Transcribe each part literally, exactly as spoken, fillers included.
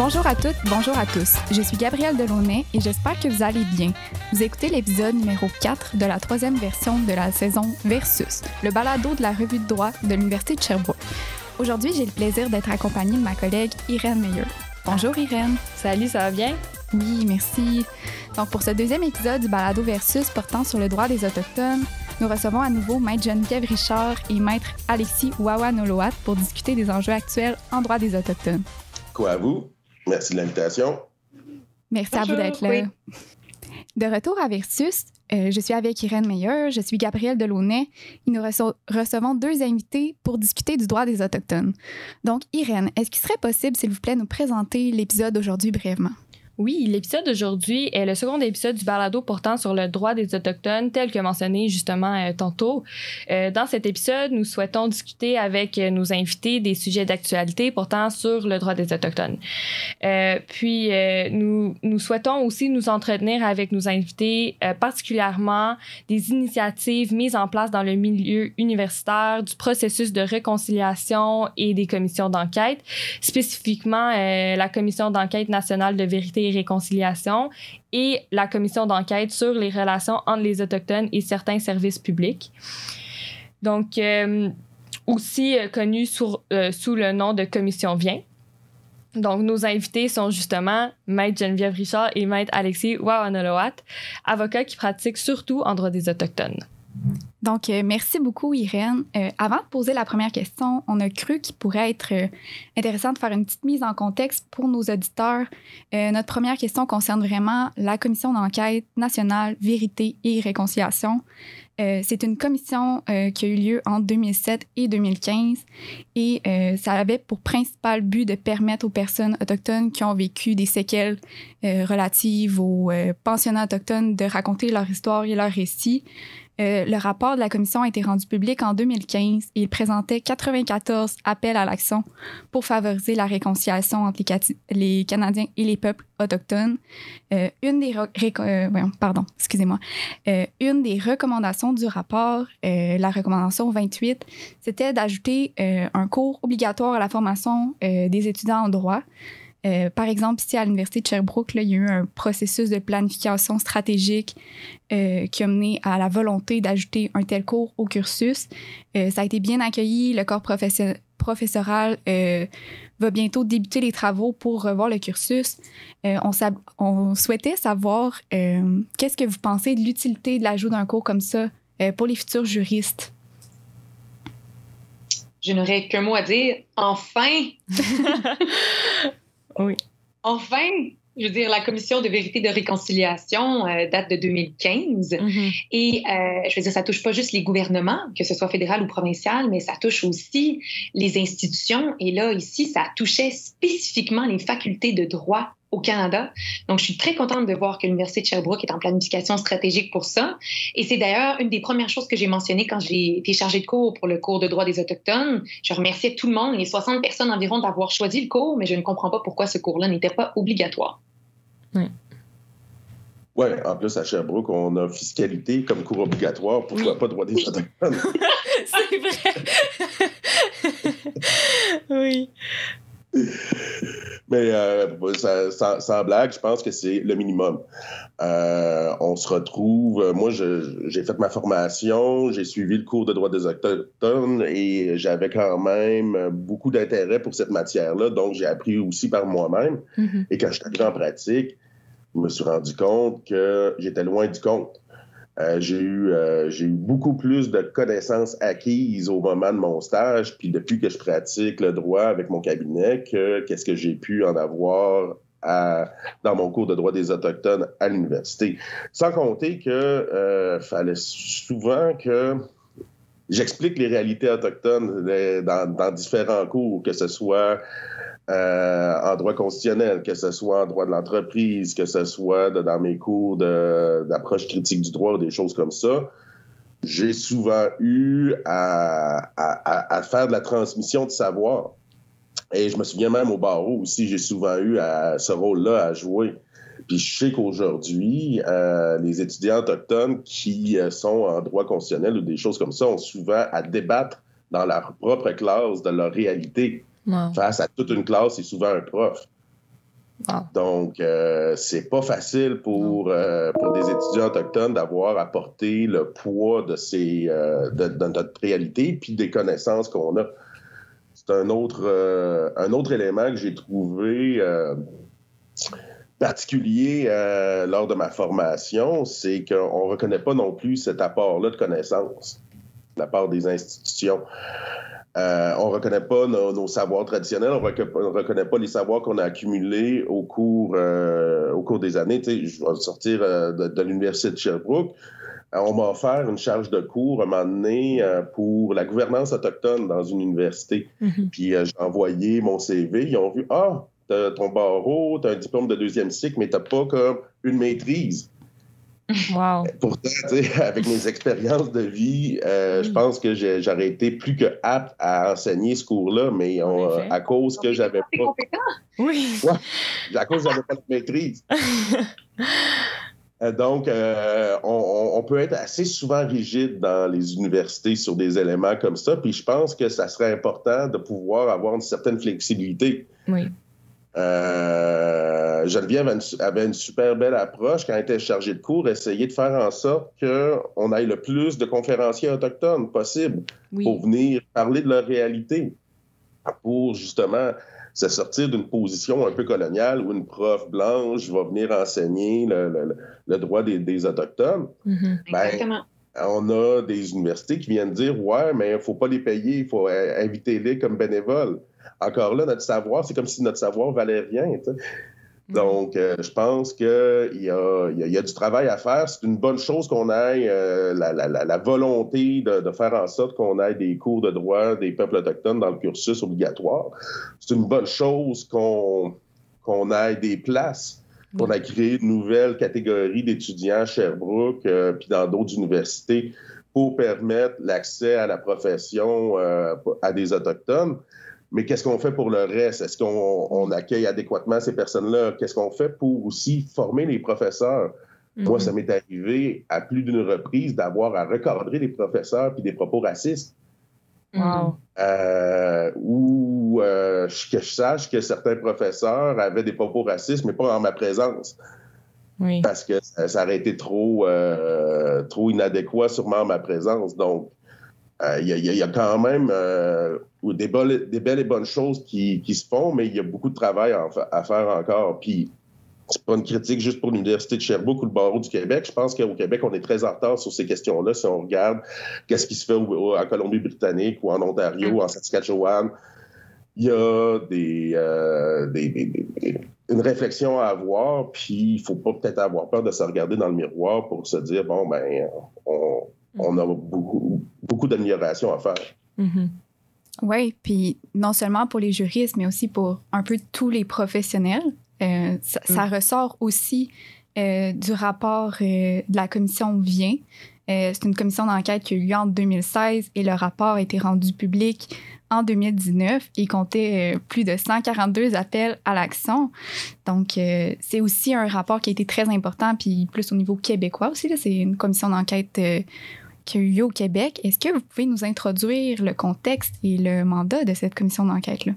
Bonjour à toutes, bonjour à tous. Je suis Gabrielle Delaunay et j'espère que vous allez bien. Vous écoutez l'épisode numéro quatre de la troisième version de la saison Versus, le balado de la revue de droit de l'Université de Sherbrooke. Aujourd'hui, j'ai le plaisir d'être accompagnée de ma collègue Irène Meilleur. Bonjour Irène. Salut, ça va bien? Oui, merci. Donc pour ce deuxième épisode du balado Versus portant sur le droit des Autochtones, nous recevons à nouveau Maître Geneviève Richard et Maître Alexis Wawa-Noloat pour discuter des enjeux actuels en droit des Autochtones. Quoi à vous? Merci de l'invitation. Merci Bonjour, à vous d'être là. oui. De retour à Versus, euh, je suis avec Irène Meilleur, je suis Gabrielle Delaunay et nous rece- recevons deux invités pour discuter du droit des Autochtones. Donc, Irène, est-ce qu'il serait possible, s'il vous plaît, nous présenter l'épisode d'aujourd'hui brièvement? Oui, l'épisode d'aujourd'hui est le second épisode du balado portant sur le droit des Autochtones, tel que mentionné justement euh, tantôt. Euh, dans cet épisode, nous souhaitons discuter avec euh, nos invités des sujets d'actualité portant sur le droit des Autochtones. Euh, puis, euh, nous, nous souhaitons aussi nous entretenir avec nos invités, euh, particulièrement des initiatives mises en place dans le milieu universitaire, du processus de réconciliation et des commissions d'enquête, spécifiquement euh, la Commission d'enquête nationale de vérité et réconciliation et la commission d'enquête sur les relations entre les Autochtones et certains services publics. Donc, euh, aussi euh, connue sur, euh, sous le nom de Commission Vient. Donc, nos invités sont justement Maître Geneviève Richard et Maître Alexis Wawa-Noloat, avocats qui pratiquent surtout en droit des Autochtones. Donc, euh, merci beaucoup, Irène. Euh, avant de poser la première question, on a cru qu'il pourrait être euh, intéressant de faire une petite mise en contexte pour nos auditeurs. Euh, notre première question concerne vraiment la Commission d'enquête nationale Vérité et Réconciliation. Euh, c'est une commission euh, qui a eu lieu entre deux mille sept et deux mille quinze et euh, ça avait pour principal but de permettre aux personnes autochtones qui ont vécu des séquelles euh, relatives aux euh, pensionnats autochtones de raconter leur histoire et leur récit. Euh, le rapport de la commission a été rendu public en deux mille quinze et il présentait quatre-vingt-quatorze appels à l'action pour favoriser la réconciliation entre les, Cati- les Canadiens et les peuples autochtones. Euh, une des re- réco- euh, voyons, pardon, excusez-moi. Euh, une des recommandations du rapport, euh, la recommandation vingt-huit, c'était d'ajouter euh, un cours obligatoire à la formation euh, des étudiants en droit. Euh, par exemple, ici à l'Université de Sherbrooke, là, il y a eu un processus de planification stratégique euh, qui a mené à la volonté d'ajouter un tel cours au cursus. Euh, ça a été bien accueilli. Le corps professe- professoral euh, va bientôt débuter les travaux pour revoir le cursus. Euh, on, sab- on souhaitait savoir euh, qu'est-ce que vous pensez de l'utilité de l'ajout d'un cours comme ça euh, pour les futurs juristes? Je n'aurais qu'un mot à dire. Enfin! Oui. Enfin! Je veux dire, la Commission de vérité et de réconciliation euh, date de deux mille quinze. Mm-hmm. Et euh, je veux dire, ça touche pas juste les gouvernements, que ce soit fédéral ou provincial, mais ça touche aussi les institutions. Et là, ici, ça touchait spécifiquement les facultés de droit au Canada. Donc, je suis très contente de voir que l'Université de Sherbrooke est en planification stratégique pour ça. Et c'est d'ailleurs une des premières choses que j'ai mentionnées quand j'ai été chargée de cours pour le cours de droit des Autochtones. Je remerciais tout le monde, les soixante personnes environ, d'avoir choisi le cours, mais je ne comprends pas pourquoi ce cours-là n'était pas obligatoire. Oui. Oui, en plus, à Sherbrooke, on a fiscalité comme cours obligatoire. Pourquoi Oui. pas droit des Autochtones? C'est vrai! Oui. Mais euh, ça, sans, sans blague, je pense que c'est le minimum. Euh, on se retrouve... Moi, je, j'ai fait ma formation, j'ai suivi le cours de droit des Autochtones et j'avais quand même beaucoup d'intérêt pour cette matière-là, donc j'ai appris aussi par moi-même. Mm-hmm. Et quand je suis arrivé en pratique, je me suis rendu compte que j'étais loin du compte. Euh, j'ai, eu, euh, j'ai eu beaucoup plus de connaissances acquises au moment de mon stage, puis depuis que je pratique le droit avec mon cabinet, que qu'est-ce que j'ai pu en avoir à, dans mon cours de droit des Autochtones à l'université. Sans compter que euh, fallait souvent que j'explique les réalités autochtones dans, dans différents cours, que ce soit Euh, en droit constitutionnel, que ce soit en droit de l'entreprise, que ce soit de, dans mes cours de, d'approche critique du droit ou des choses comme ça, j'ai souvent eu à, à, à faire de la transmission de savoir. Et je me souviens même au barreau aussi, j'ai souvent eu à, ce rôle-là à jouer. Puis je sais qu'aujourd'hui, euh, les étudiants autochtones qui euh, sont en droit constitutionnel ou des choses comme ça ont souvent à débattre dans leur propre classe de leur réalité. Wow. Face à toute une classe et souvent un prof. Ah. Donc, euh, c'est pas facile pour, euh, pour des étudiants autochtones d'avoir à porter le poids de, ces, euh, de, de notre réalité puis des connaissances qu'on a. C'est un autre, euh, un autre élément que j'ai trouvé euh, particulier euh, lors de ma formation, c'est qu'on ne reconnaît pas non plus cet apport-là de connaissances de la part des institutions. Euh, on ne reconnaît pas nos, nos savoirs traditionnels, on ne reconnaît pas les savoirs qu'on a accumulés au cours, euh, au cours des années. Tu sais, je vais sortir euh, de, de l'Université de Sherbrooke. Euh, on m'a offert une charge de cours à un moment donné euh, pour la gouvernance autochtone dans une université. Mm-hmm. Puis euh, j'ai envoyé mon C V. Ils ont vu « Ah, t'as ton barreau, t'as un diplôme de deuxième cycle, mais t'as pas comme une maîtrise. » Wow. Pourtant, avec mes expériences de vie, euh, oui. je pense que j'ai, j'aurais été plus que apte à enseigner ce cours-là, mais on, euh, à cause que j'avais pas... compétent. Oui. Ouais, à cause que j'avais pas de maîtrise. Donc, euh, on, on peut être assez souvent rigide dans les universités sur des éléments comme ça, puis je pense que ça serait important de pouvoir avoir une certaine flexibilité. Oui. Euh, Geneviève avait une super belle approche quand elle était chargée de cours, essayer de faire en sorte qu'on ait le plus de conférenciers autochtones possible oui. pour venir parler de leur réalité, pour justement se sortir d'une position un peu coloniale où une prof blanche va venir enseigner le, le, le droit des, des Autochtones. Mm-hmm. Ben, exactement. On a des universités qui viennent dire « Ouais, mais il ne faut pas les payer, il faut inviter-les comme bénévoles. » Encore là, notre savoir, c'est comme si notre savoir valait rien. T'sais. Mm-hmm. Donc, euh, je pense qu'il y a, y, a, y a du travail à faire. C'est une bonne chose qu'on ait euh, la, la, la volonté de, de faire en sorte qu'on ait des cours de droit des peuples autochtones dans le cursus obligatoire. C'est une bonne chose qu'on, qu'on ait des places. Mm-hmm. On a créé une nouvelle catégorie d'étudiants à Sherbrooke euh, puis dans d'autres universités pour permettre l'accès à la profession euh, à des Autochtones. Mais qu'est-ce qu'on fait pour le reste? Est-ce qu'on on accueille adéquatement ces personnes-là? Qu'est-ce qu'on fait pour aussi former les professeurs? Mm-hmm. Moi, ça m'est arrivé à plus d'une reprise d'avoir à recadrer des professeurs puis des propos racistes. Wow. Euh, ou euh, que je sache que certains professeurs avaient des propos racistes, mais pas en ma présence. Oui. Parce que ça, ça aurait été trop, euh, trop inadéquat, sûrement en ma présence. Donc, il euh, y, y, y a quand même euh, des, belles, des belles et bonnes choses qui, qui se font, mais il y a beaucoup de travail à, à faire encore. Puis, c'est pas une critique juste pour l'Université de Sherbrooke ou le barreau du Québec. Je pense qu'au Québec, on est très en retard sur ces questions-là. Si on regarde qu'est-ce qui se fait au, en Colombie-Britannique ou en Ontario, ou en Saskatchewan, il y a des, euh, des, des, des, une réflexion à avoir, puis il faut pas peut-être avoir peur de se regarder dans le miroir pour se dire, bon, ben, on... on a beaucoup, beaucoup d'améliorations à faire. Mm-hmm. Oui, puis non seulement pour les juristes, mais aussi pour un peu tous les professionnels. Euh, ça, mm. ça ressort aussi euh, du rapport euh, de la commission Vien. Euh, c'est une commission d'enquête qui a eu lieu en deux mille seize et le rapport a été rendu public en deux mille dix-neuf et comptait euh, plus de cent quarante-deux appels à l'action. Donc, euh, c'est aussi un rapport qui a été très important, puis plus au niveau québécois aussi. Là, c'est une commission d'enquête euh, qui a eu lieu au Québec. Est-ce que vous pouvez nous introduire le contexte et le mandat de cette commission d'enquête-là?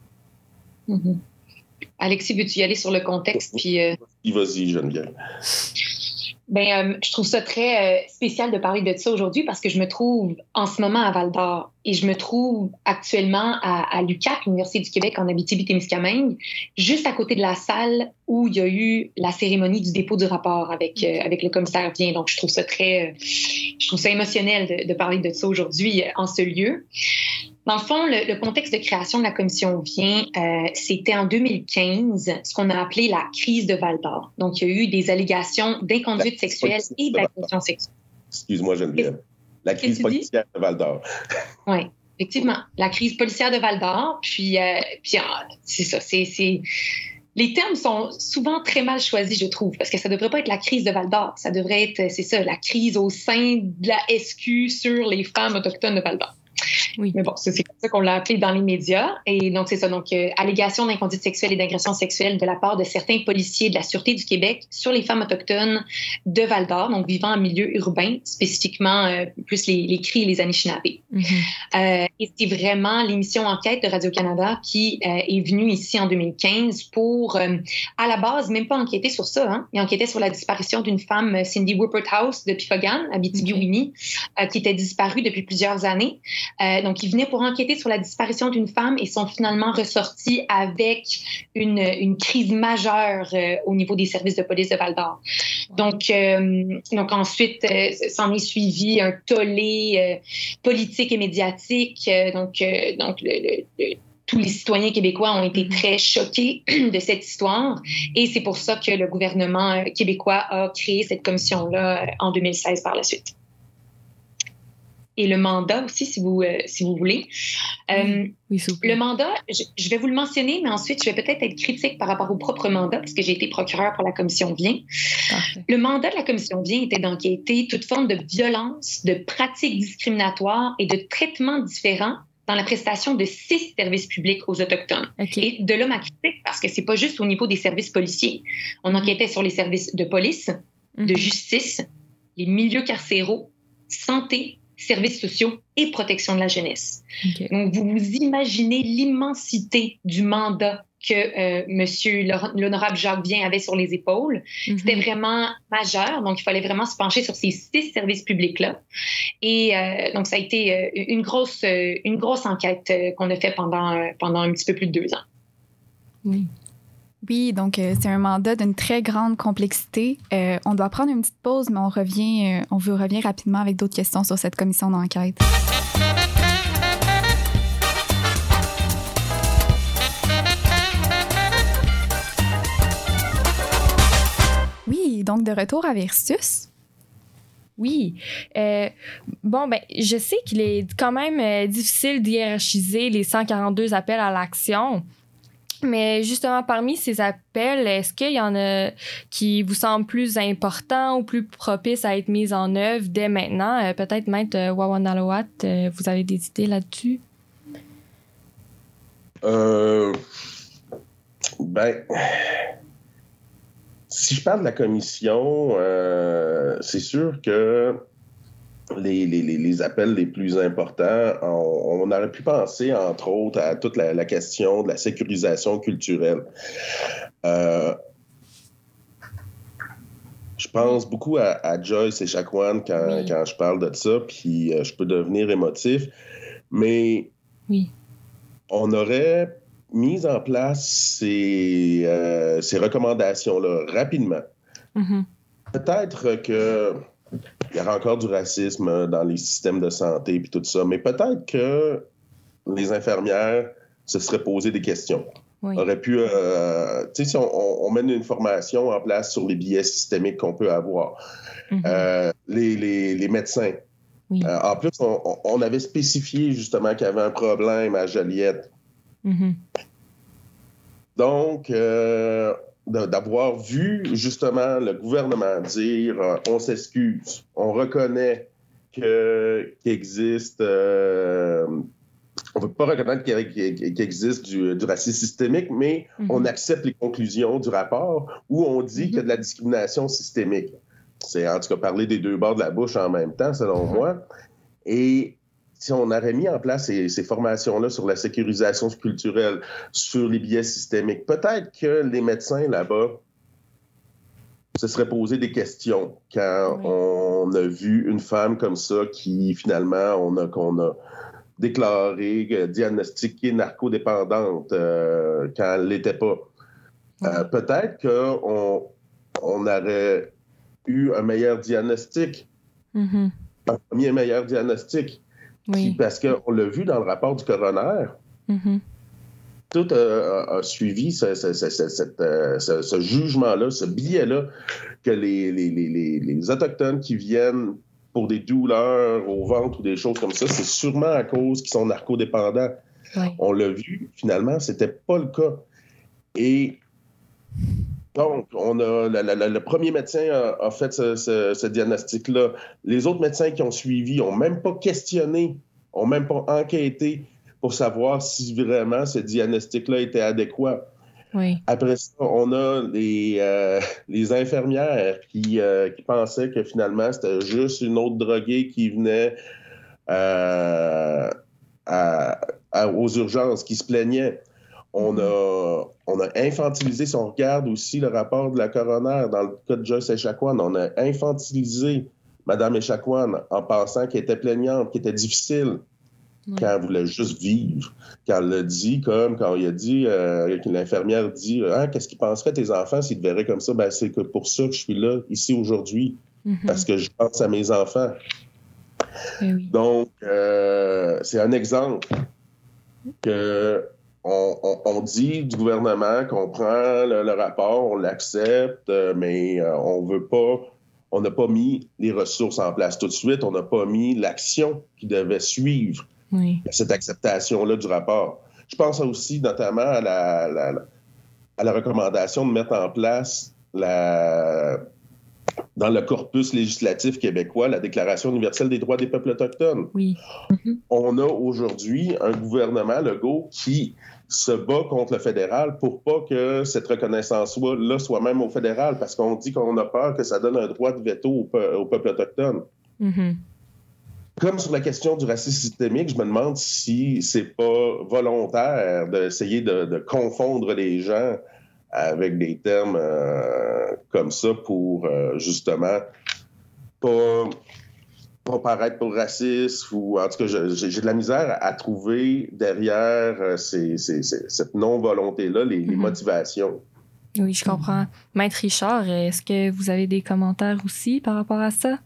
Mm-hmm. Alexis, veux-tu y aller sur le contexte? Puis, euh... Vas-y, Geneviève. Ben, euh, je trouve ça très euh, spécial de parler de ça aujourd'hui parce que je me trouve en ce moment à Val-d'Or et je me trouve actuellement à, à l'U Q A C, l'Université du Québec en Abitibi-Témiscamingue, juste à côté de la salle où il y a eu la cérémonie du dépôt du rapport avec, euh, avec le commissaire Vien. Donc, je trouve ça très... Euh, je trouve ça émotionnel de, de parler de ça aujourd'hui euh, en ce lieu. Dans le fond, le, le contexte de création de la commission Vien, euh, c'était en deux mille quinze, ce qu'on a appelé la crise de Val-d'Or. Donc, il y a eu des allégations d'inconduite sexuelle et d'agression sexuelle. Excuse-moi, Geneviève. La crise policière de Val-d'Or. Oui, effectivement. La crise policière de Val-d'Or. Puis, euh, puis ah, c'est ça. C'est, c'est... Les termes sont souvent très mal choisis, je trouve, parce que ça ne devrait pas être la crise de Val-d'Or. Ça devrait être, c'est ça, la crise au sein de la S Q sur les femmes autochtones de Val-d'Or. Oui. Mais bon, c'est, c'est comme ça qu'on l'a appelé dans les médias. Et donc, c'est ça. Donc, euh, allégation d'inconduite sexuelle et d'agression sexuelle de la part de certains policiers de la Sûreté du Québec sur les femmes autochtones de Val-d'Or, donc vivant en milieu urbain, spécifiquement euh, plus les, les Cris et les Anishinaabe. Mm-hmm. Euh, et c'est vraiment l'émission Enquête de Radio-Canada qui euh, est venue ici en deux mille quinze pour, euh, à la base, même pas enquêter sur ça. Hein. Il enquêtait sur la disparition d'une femme, Cindy Rupert-House, de Pifogan, Abitibi-Winnie, okay. euh, qui était disparue depuis plusieurs années. Euh, donc, ils venaient pour enquêter sur la disparition d'une femme et sont finalement ressortis avec une, une crise majeure euh, au niveau des services de police de Val-d'Or. Wow. Donc, euh, donc, ensuite, euh, s'en est suivi un tollé euh, politique et médiatique. Euh, donc, euh, donc le, le, le tous les citoyens québécois ont été très choqués de cette histoire et c'est pour ça que le gouvernement québécois a créé cette commission-là en deux mille seize par la suite. Et le mandat aussi, si vous, euh, si vous voulez. Euh, oui, le mandat, je, je vais vous le mentionner, mais ensuite, je vais peut-être être critique par rapport au propre mandat, puisque j'ai été procureur pour la commission Vien. Parfait. Le mandat de la commission Vien était d'enquêter toute forme de violence, de pratiques discriminatoires et de traitements différents dans la prestation de six services publics aux Autochtones. Okay. Et de là, ma critique, parce que c'est pas juste au niveau des services policiers. On enquêtait sur les services de police, mm-hmm. de justice, les milieux carcéraux, santé, services sociaux et protection de la jeunesse. Okay. Donc, vous vous imaginez l'immensité du mandat que euh, monsieur l'honorable Jacques Vien avait sur les épaules. Mm-hmm. C'était vraiment majeur, donc il fallait vraiment se pencher sur ces six services publics-là. Et euh, donc, ça a été euh, une, grosse, euh, une grosse enquête euh, qu'on a fait pendant, euh, pendant un petit peu plus de deux ans. Oui. Oui, donc euh, c'est un mandat d'une très grande complexité. Euh, on doit prendre une petite pause, mais on revient, euh, on vous revient rapidement avec d'autres questions sur cette commission d'enquête. Oui, donc de retour à Versus. Oui. Euh, bon, ben, je sais qu'il est quand même euh, difficile d'hiérarchiser les cent quarante-deux appels à l'action. Mais justement, parmi ces appels, est-ce qu'il y en a qui vous semblent plus importants ou plus propices à être mis en œuvre dès maintenant? Euh, peut-être, Maître euh, Wawanalowat, euh, vous avez des idées là-dessus? Euh, ben, si je parle de la commission, euh, c'est sûr que Les, les, les appels les plus importants, on, on aurait pu penser, entre autres, à toute la, la question de la sécurisation culturelle. Euh, je pense beaucoup à, à Joyce et Chacoan quand, oui. quand je parle de ça, puis euh, je peux devenir émotif, mais oui. on aurait mis en place ces, euh, ces recommandations-là rapidement. Mm-hmm. Peut-être que il y aura encore du racisme dans les systèmes de santé et tout ça, mais peut-être que les infirmières se seraient posé des questions. Oui. Aurait pu, euh, tu sais, si on, on mène une formation en place sur les biais systémiques qu'on peut avoir, mm-hmm. euh, les, les, les médecins. Oui. Euh, en plus, on, on avait spécifié justement qu'il y avait un problème à Joliette. Mm-hmm. Donc, euh, d'avoir vu justement le gouvernement dire euh, on s'excuse, on reconnaît que, qu'il existe, euh, on ne veut pas reconnaître qu'il, qu'il existe du, du racisme systémique, mais mm-hmm. on accepte les conclusions du rapport où on dit mm-hmm. qu'il y a de la discrimination systémique. C'est en tout cas parler des deux bords de la bouche en même temps, selon mm-hmm. moi. Et si on aurait mis en place ces, ces formations-là sur la sécurisation culturelle, sur les biais systémiques, peut-être que les médecins là-bas se seraient posé des questions quand oui. on a vu une femme comme ça qui, finalement, on a, qu'on a déclarée, euh, diagnostiquée narcodépendante euh, quand elle ne l'était pas. Oui. Euh, peut-être qu'on on aurait eu un meilleur diagnostic, mm-hmm. un premier meilleur diagnostic. Oui. Parce qu'on l'a vu dans le rapport du coroner. Mm-hmm. Tout euh, a suivi ce, ce, ce, ce, ce, ce jugement-là, ce biais-là, que les, les, les, les Autochtones qui viennent pour des douleurs au ventre ou des choses comme ça, c'est sûrement à cause qu'ils sont narcodépendants. Oui. On l'a vu, finalement, c'était pas le cas. Et donc, on a, la, la, le premier médecin a, a fait ce, ce, ce diagnostic-là. Les autres médecins qui ont suivi n'ont même pas questionné. n'ont même pas enquêté pour savoir si vraiment ce diagnostic-là était adéquat. Oui. Après ça, on a les, euh, les infirmières qui, euh, qui pensaient que finalement, c'était juste une autre droguée qui venait euh, à, à, aux urgences, qui se plaignait. On a, on a infantilisé, si on regarde aussi le rapport de la coroner dans le cas de Joyce Echaquan, on a infantilisé Mme Echaquan en pensant qu'elle était plaignante, qu'elle était difficile. Oui. Quand elle voulait juste vivre. Quand elle l'a dit, comme quand il a dit, euh, que l'infirmière dit ah, qu'est-ce qu'ils penseraient tes enfants s'ils te verraient comme ça? Ben, c'est que pour ça que je suis là, ici, aujourd'hui, mm-hmm. parce que je pense à mes enfants. Et oui. Donc, euh, c'est un exemple que on, on, on dit du gouvernement qu'on prend le, le rapport, on l'accepte, mais euh, on veut pas, on n'a pas mis les ressources en place tout de suite, on n'a pas mis l'action qui devait suivre. Oui. Cette acceptation-là du rapport. Je pense aussi notamment à la, la, à la recommandation de mettre en place la, dans le corpus législatif québécois la Déclaration universelle des droits des peuples autochtones. Oui. Mm-hmm. On a aujourd'hui un gouvernement, Legault, qui se bat contre le fédéral pour pas que cette reconnaissance-là soit même au fédéral, parce qu'on dit qu'on a peur que ça donne un droit de veto au, pe- au peuple autochtone. Mm-hmm. Comme sur la question du racisme systémique, je me demande si c'est pas volontaire d'essayer de, de confondre les gens avec des termes euh, comme ça pour euh, justement pas, pas paraître pour raciste ou en tout cas j'ai, j'ai de la misère à trouver derrière ces, ces, ces, cette non-volonté-là les, mm-hmm. les motivations. Oui, je comprends. Maître Richard, est-ce que vous avez des commentaires aussi par rapport à ça?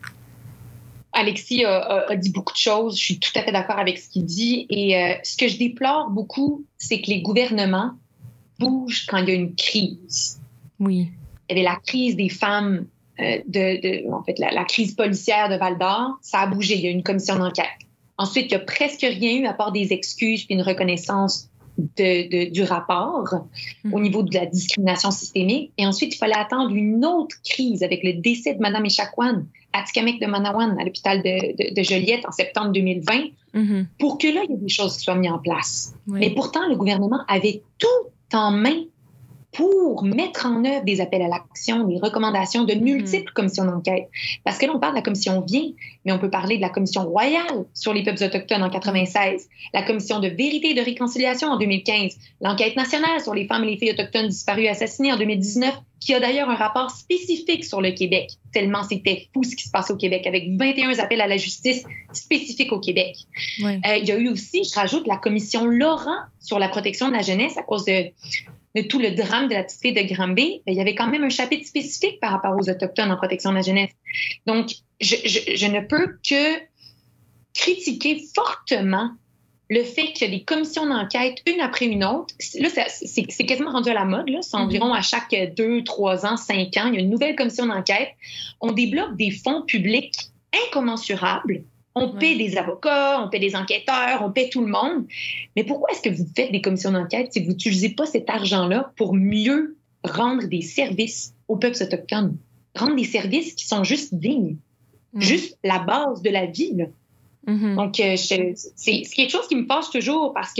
Alexis a, a, a dit beaucoup de choses. Je suis tout à fait d'accord avec ce qu'il dit. Et euh, ce que je déplore beaucoup, c'est que les gouvernements bougent quand il y a une crise. Oui. Il y avait la crise des femmes, euh, de, de, en fait, la, la crise policière de Val-d'Or. Ça a bougé. Il y a eu une commission d'enquête. Ensuite, il n'y a presque rien eu à part des excuses puis une reconnaissance de, de, du rapport mm-hmm. au niveau de la discrimination systémique. Et ensuite, il fallait attendre une autre crise avec le décès de Mme Echaquan à Atikamek de Manawan, à l'hôpital de, de, de Joliette en septembre deux mille vingt, mm-hmm. pour que là, il y ait des choses qui soient mises en place. Oui. Mais pourtant, le gouvernement avait tout en main pour mettre en œuvre des appels à l'action, des recommandations de multiples mm-hmm. commissions d'enquête. Parce que là, on parle de la commission Vien, mais on peut parler de la commission royale sur les peuples autochtones en quatre-vingt-seize, la commission de vérité et de réconciliation en deux mille quinze, l'enquête nationale sur les femmes et les filles autochtones disparues et assassinées en deux mille dix-neuf, qui a d'ailleurs un rapport spécifique sur le Québec, tellement c'était fou ce qui se passe au Québec, avec vingt et un appels à la justice spécifiques au Québec. Oui. Euh, il y a eu aussi, je rajoute, la commission Laurent sur la protection de la jeunesse à cause de... de tout le drame de la petite fille de Granby, il y avait quand même un chapitre spécifique par rapport aux Autochtones en protection de la jeunesse. Donc, je, je, je ne peux que critiquer fortement le fait qu'il y a des commissions d'enquête, une après une autre. Là, c'est, c'est quasiment rendu à la mode. Là. C'est environ à chaque deux, trois ans, cinq ans, il y a une nouvelle commission d'enquête. On débloque des fonds publics incommensurables. On ouais. paie des avocats, on paie des enquêteurs, on paie tout le monde. Mais pourquoi est-ce que vous faites des commissions d'enquête si vous n'utilisez pas cet argent-là pour mieux rendre des services aux peuples autochtones? Rendre des services qui sont juste dignes. Mmh. Juste la base de la vie, là. Mmh. Donc, euh, je, c'est, c'est quelque chose qui me fâche toujours parce que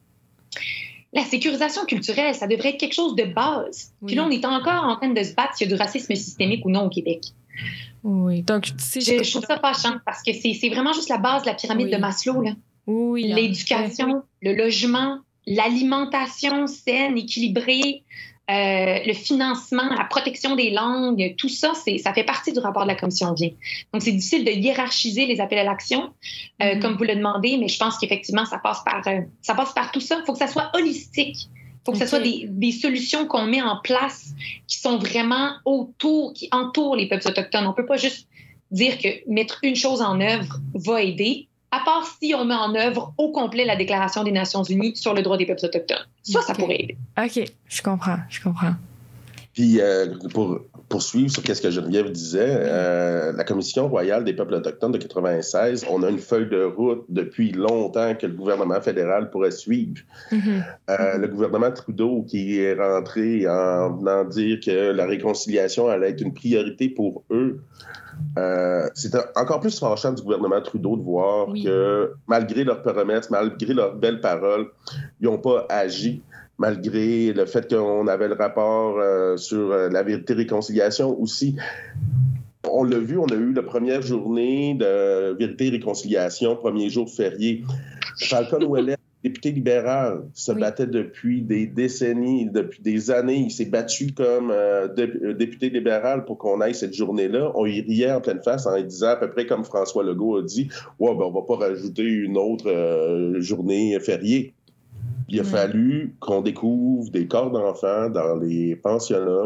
la sécurisation culturelle, ça devrait être quelque chose de base. Oui. Puis là, on est encore en train de se battre s'il y a du racisme systémique ou non au Québec. Oui, donc si je, je trouve ça fâchant parce que c'est, c'est vraiment juste la base de la pyramide oui. de Maslow, là. Oui, l'éducation, oui. le logement, l'alimentation saine, équilibrée, euh, le financement, la protection des langues, tout ça, c'est, ça fait partie du rapport de la Commission Vien. Donc, c'est difficile de hiérarchiser les appels à l'action, euh, mm-hmm. comme vous le demandez, mais je pense qu'effectivement, ça passe par, euh, ça passe par tout ça. Il faut que ça soit holistique. Il faut que okay. ce soit des, des solutions qu'on met en place qui sont vraiment autour, qui entourent les peuples autochtones. On ne peut pas juste dire que mettre une chose en œuvre va aider, à part si on met en œuvre au complet la Déclaration des Nations Unies sur le droit des peuples autochtones. Ça, okay. ça pourrait aider. OK, je comprends, je comprends. Puis, euh, pour, poursuivre sur ce que Geneviève disait, euh, la Commission royale des peuples autochtones de quatre-vingt-seize, on a une feuille de route depuis longtemps que le gouvernement fédéral pourrait suivre. Mm-hmm. Euh, le gouvernement Trudeau qui est rentré en venant dire que la réconciliation allait être une priorité pour eux. Euh, c'était encore plus fâchant du gouvernement Trudeau de voir oui. que malgré leurs promesses, malgré leurs belles paroles, ils n'ont pas agi. Malgré le fait qu'on avait le rapport euh, sur euh, la vérité-réconciliation aussi. On l'a vu, on a eu la première journée de vérité-réconciliation, premier jour férié. Falcon Ouellet, député libéral, se oui. battait depuis des décennies, depuis des années. Il s'est battu comme euh, dé- député libéral pour qu'on aille cette journée-là. On y riait en pleine face en disant, à peu près comme François Legault a dit, ouais, ben, on va pas rajouter une autre euh, journée fériée. Il a oui. fallu qu'on découvre des corps d'enfants dans les pensionnats.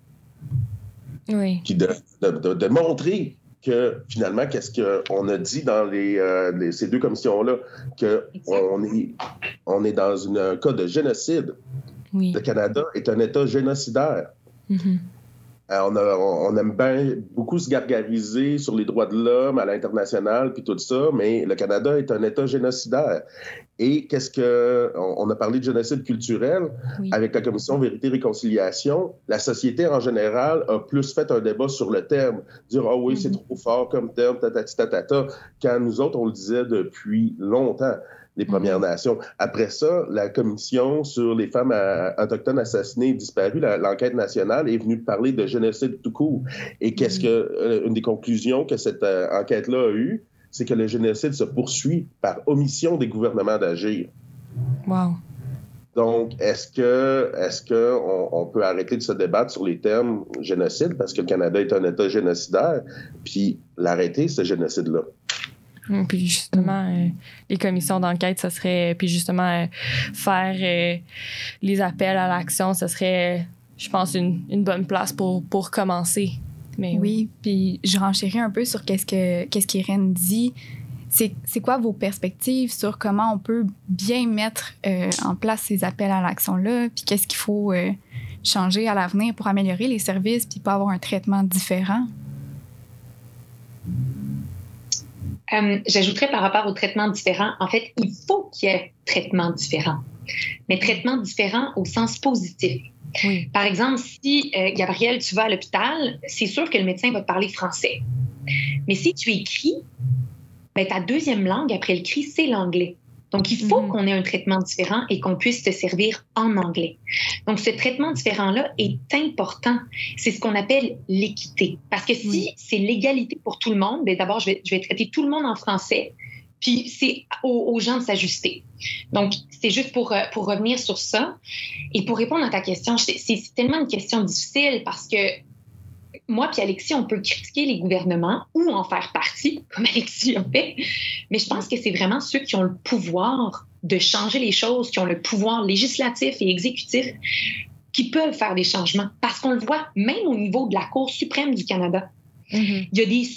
Oui. Qui de, de, de, de montrer que, finalement, qu'est-ce qu'on a dit dans les, euh, les, ces deux commissions-là, qu'on est, on est dans une, un cas de génocide. Oui. Le Canada est un État génocidaire. Mm-hmm. Alors, on, a, on aime bien beaucoup se gargariser sur les droits de l'homme à l'international puis tout ça, mais le Canada est un État génocidaire. Et qu'est-ce que... On, on a parlé de génocide culturel. Oui. Avec la Commission Vérité-Réconciliation, la société en général a plus fait un débat sur le terme. Dire « Ah oui, mm-hmm. c'est trop fort comme terme, tatati tatata », quand nous autres, on le disait depuis longtemps. Les Premières mm-hmm. Nations. Après ça, la commission sur les femmes à, autochtones assassinées et disparues, la, l'enquête nationale, est venue parler de génocide tout court. Et qu'est-ce mm-hmm. que, euh, une des conclusions que cette euh, enquête-là a eue, c'est que le génocide se poursuit par omission des gouvernements d'agir. Wow. Donc, est-ce que, est-ce que on, on peut arrêter de se débattre sur les termes génocide parce que le Canada est un État génocidaire, puis l'arrêter, ce génocide-là? Puis justement, euh, les commissions d'enquête, ça serait... Puis justement, euh, faire euh, les appels à l'action, ça serait, euh, je pense, une, une bonne place pour, pour commencer. Mais oui, puis je renchéris un peu sur qu'est-ce que qu'est-ce qu'Irène dit. C'est, c'est quoi vos perspectives sur comment on peut bien mettre euh, en place ces appels à l'action-là, puis qu'est-ce qu'il faut euh, changer à l'avenir pour améliorer les services puis pas avoir un traitement différent? Euh, j'ajouterais par rapport au traitement différent, en fait, il faut qu'il y ait traitement différent, mais traitement différent au sens positif. Oui. Par exemple, si, euh, Gabriel, tu vas à l'hôpital, c'est sûr que le médecin va te parler français. Mais si tu écris, ben, ta deuxième langue après le cri, c'est l'anglais. Donc, il faut mm-hmm. qu'on ait un traitement différent et qu'on puisse te servir en anglais. Donc, ce traitement différent-là est important. C'est ce qu'on appelle l'équité. Parce que si oui. c'est l'égalité pour tout le monde, bien, d'abord, je vais, je vais traiter tout le monde en français, puis c'est aux, aux gens de s'ajuster. Donc, c'est juste pour, pour revenir sur ça. Et pour répondre à ta question, c'est, c'est tellement une question difficile parce que moi puis Alexis, on peut critiquer les gouvernements ou en faire partie, comme Alexis en fait, mais je pense que c'est vraiment ceux qui ont le pouvoir de changer les choses, qui ont le pouvoir législatif et exécutif, qui peuvent faire des changements. Parce qu'on le voit même au niveau de la Cour suprême du Canada. Mm-hmm. Il y a des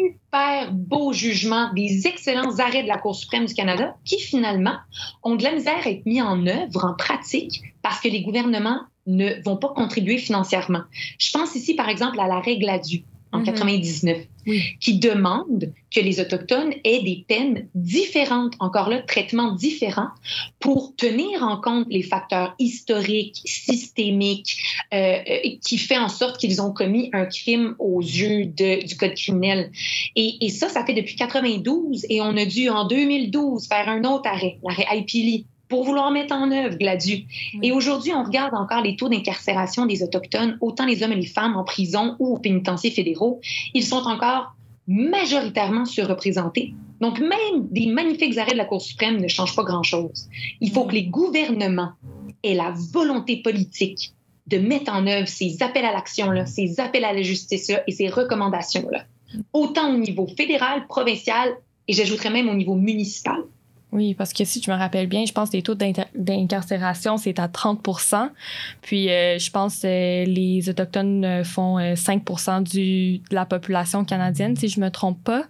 super beaux jugements, des excellents arrêts de la Cour suprême du Canada qui, finalement, ont de la misère à être mis en œuvre, en pratique, parce que les gouvernements ne vont pas contribuer financièrement. Je pense ici, par exemple, à la règle Adu en mm-hmm. quatre-vingt-dix-neuf, oui. qui demande que les Autochtones aient des peines différentes, encore là, traitements différents, pour tenir en compte les facteurs historiques, systémiques, euh, qui fait en sorte qu'ils ont commis un crime aux yeux de, du Code criminel. Et, et ça, ça fait depuis quatre-vingt-douze, et on a dû, en deux mille douze, faire un autre arrêt, l'arrêt Aipili, pour vouloir mettre en œuvre Gladu. Oui. Et aujourd'hui, on regarde encore les taux d'incarcération des Autochtones, autant les hommes et les femmes en prison ou aux pénitenciers fédéraux. Ils sont encore majoritairement surreprésentés. Donc, même des magnifiques arrêts de la Cour suprême ne changent pas grand-chose. Il faut que les gouvernements aient la volonté politique de mettre en œuvre ces appels à l'action-là, ces appels à la justice-là et ces recommandations-là, autant au niveau fédéral, provincial et j'ajouterais même au niveau municipal. Oui, parce que si je me rappelle bien, je pense que les taux d'inter- d'incarcération, c'est à trente pour cent. Puis, euh, je pense que euh, les Autochtones font euh, cinq pour cent du, de la population canadienne, si je ne me trompe pas.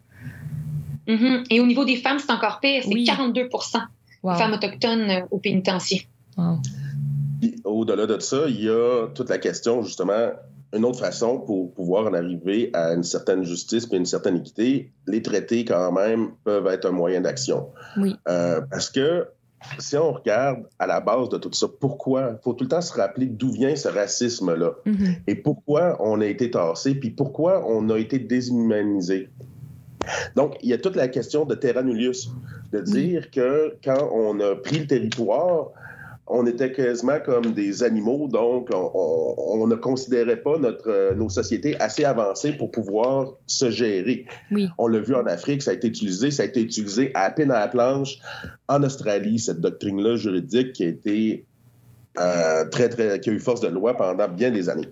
Mm-hmm. Et au niveau des femmes, c'est encore pire. C'est oui. quarante-deux pour cent wow. de femmes autochtones euh, au pénitencier. Wow. Au-delà de ça, il y a toute la question, justement, une autre façon pour pouvoir en arriver à une certaine justice et une certaine équité, les traités, quand même, peuvent être un moyen d'action. Oui. Euh, parce que si on regarde à la base de tout ça, pourquoi? Il faut tout le temps se rappeler d'où vient ce racisme-là Mm-hmm. et pourquoi on a été tassé, puis pourquoi on a été déshumanisé. Donc, il y a toute la question de terra nullius, de dire que quand on a pris le territoire, on était quasiment comme des animaux, donc on, on, on ne considérait pas notre, nos sociétés assez avancées pour pouvoir se gérer. Oui. On l'a vu en Afrique, ça a été utilisé, ça a été utilisé à peine à la planche en Australie, cette doctrine-là juridique qui a été euh, très, très, qui a eu force de loi pendant bien des années.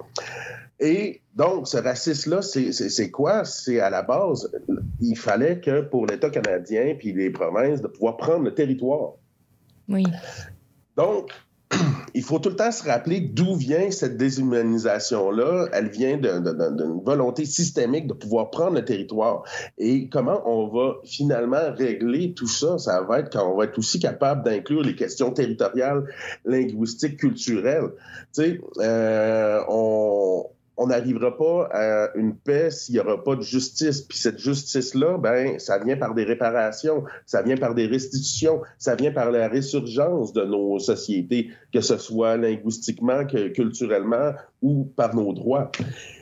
Et donc, ce racisme-là, c'est, c'est, c'est quoi? C'est à la base, il fallait que pour l'État canadien puis les provinces de pouvoir prendre le territoire. Oui. Donc, il faut tout le temps se rappeler d'où vient cette déshumanisation-là. Elle vient de, de, de, d'une volonté systémique de pouvoir prendre le territoire. Et comment on va finalement régler tout ça? Ça va être quand on va être aussi capable d'inclure les questions territoriales, linguistiques, culturelles. Tu sais, euh, on... on n'arrivera pas à une paix s'il n'y aura pas de justice. Puis cette justice-là, ben, ça vient par des réparations, ça vient par des restitutions, ça vient par la résurgence de nos sociétés, que ce soit linguistiquement, que culturellement ou par nos droits.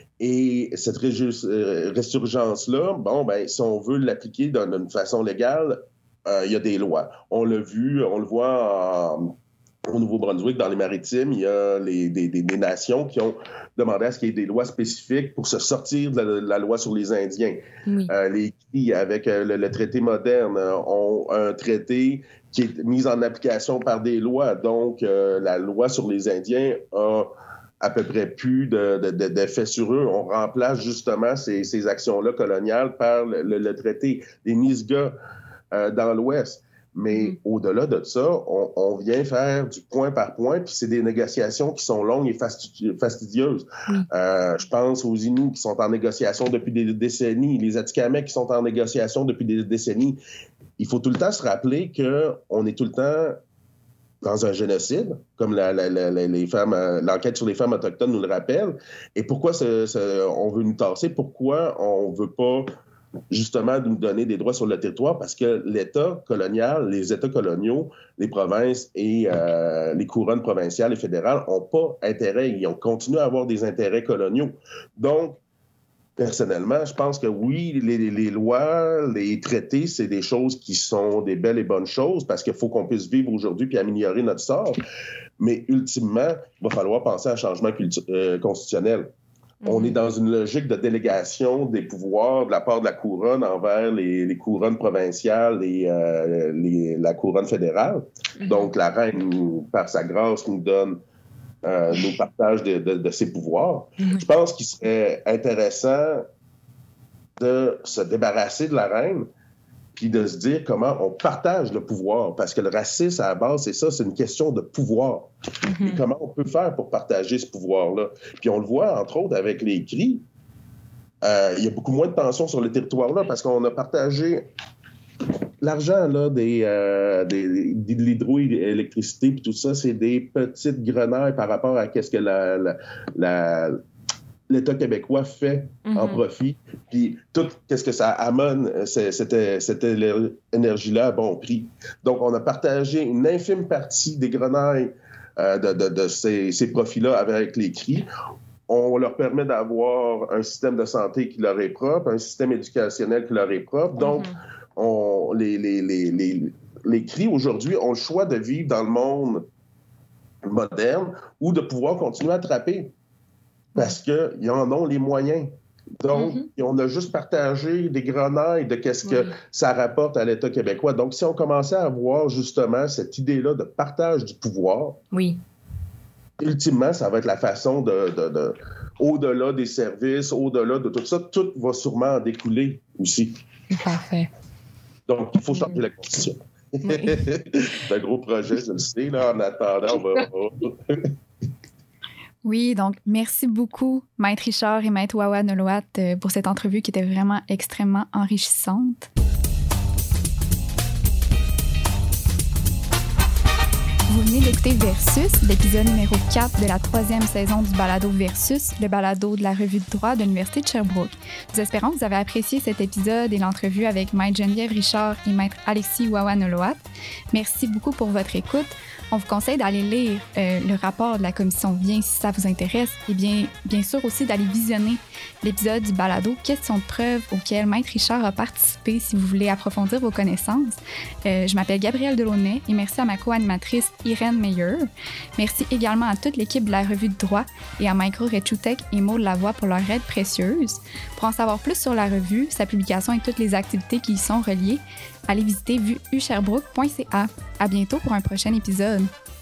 Et cette résurgence-là, bon, ben, si on veut l'appliquer d'une façon légale, euh, il y a des lois. On l'a vu, on le voit en... Au Nouveau-Brunswick, dans les Maritimes, il y a les, des, des, des nations qui ont demandé à ce qu'il y ait des lois spécifiques pour se sortir de la, de la loi sur les Indiens. Oui. Euh, les Cris, avec euh, le, le traité moderne, euh, ont un traité qui est mis en application par des lois. Donc, euh, la loi sur les Indiens a à peu près plus de, de, de, d'effet sur eux. On remplace justement ces, ces actions-là coloniales par le, le, le traité des Nisga'a euh, dans l'Ouest. Mais mm-hmm. au-delà de ça, on, on vient faire du point par point, puis c'est des négociations qui sont longues et fastidi- fastidieuses. Mm. Euh, je pense aux Inuits qui sont en négociation depuis des décennies, les Atikamekw qui sont en négociation depuis des décennies. Il faut tout le temps se rappeler qu'on est tout le temps dans un génocide, comme la, la, la, les femmes, l'enquête sur les femmes autochtones nous le rappelle. Et pourquoi ce, ce, on veut nous tasser? Pourquoi on ne veut pas justement nous donner des droits sur le territoire? Parce que l'État colonial, les États coloniaux, les provinces et euh, les couronnes provinciales et fédérales n'ont pas intérêt, ils ont continué à avoir des intérêts coloniaux. Donc, personnellement, je pense que oui, les, les lois, les traités, c'est des choses qui sont des belles et bonnes choses parce qu'il faut qu'on puisse vivre aujourd'hui puis améliorer notre sort. Mais ultimement, il va falloir penser à un changement cultu- euh, constitutionnel. On est dans une logique de délégation des pouvoirs de la part de la couronne envers les, les couronnes provinciales et euh, les, la couronne fédérale. Mm-hmm. Donc, la reine, par sa grâce, nous donne euh, nos partages de, de, de ses pouvoirs. Mm-hmm. Je pense qu'il serait intéressant de se débarrasser de la reine puis de se dire comment on partage le pouvoir. Parce que le racisme, à la base, c'est ça, c'est une question de pouvoir. Mm-hmm. Et comment on peut faire pour partager ce pouvoir-là? Puis on le voit, entre autres, avec les Cris. Euh, il y a beaucoup moins de tension sur le territoire-là parce qu'on a partagé l'argent là, des, euh, des, de l'hydroélectricité puis tout ça, c'est des petites grenailles par rapport à qu'est-ce que la... la, la l'État québécois fait mm-hmm. en profit. Puis tout, qu'est-ce que ça amène, c'était, c'était l'énergie-là à bon prix. Donc, on a partagé une infime partie des grenailles euh, de, de, de ces, ces profits-là avec les Cris. On leur permet d'avoir un système de santé qui leur est propre, un système éducationnel qui leur est propre. Donc, mm-hmm. on, les, les, les, les, les Cris, aujourd'hui, ont le choix de vivre dans le monde moderne ou de pouvoir continuer à attraper. Parce qu'ils en ont les moyens. Donc, mm-hmm. on a juste partagé des grenailles de qu'est-ce que oui. ça rapporte à l'État québécois. Donc, si on commençait à avoir justement cette idée-là de partage du pouvoir, oui. ultimement, ça va être la façon de, de, de... Au-delà des services, au-delà de tout ça, tout va sûrement en découler aussi. Parfait. Donc, il faut changer oui. la Constitution. Oui. C'est un gros projet, je le sais. Là, en attendant, on va... Oui, donc merci beaucoup, Maître Richard et Maître Wawa Nolwat, pour cette entrevue qui était vraiment extrêmement enrichissante. Vous venez d'écouter Versus, l'épisode numéro quatre de la troisième saison du balado Versus, le balado de la revue de droit de l'Université de Sherbrooke. Nous espérons que vous avez apprécié cet épisode et l'entrevue avec Maître Geneviève Richard et Maître Alexis Wawa-Noloat. Merci beaucoup pour votre écoute. On vous conseille d'aller lire euh, le rapport de la commission Bien si ça vous intéresse et bien, bien sûr aussi d'aller visionner l'épisode du balado Questions de preuve auquel Maître Richard a participé si vous voulez approfondir vos connaissances. Euh, je m'appelle Gabrielle Delaunay et merci à ma co-animatrice Irène Meyer. Merci également à toute l'équipe de la revue de droit et à Micro Rechutek et Maud Lavoie pour leur aide précieuse. Pour en savoir plus sur la revue, sa publication et toutes les activités qui y sont reliées, allez visiter vue u sherbrooke point c a. À bientôt pour un prochain épisode.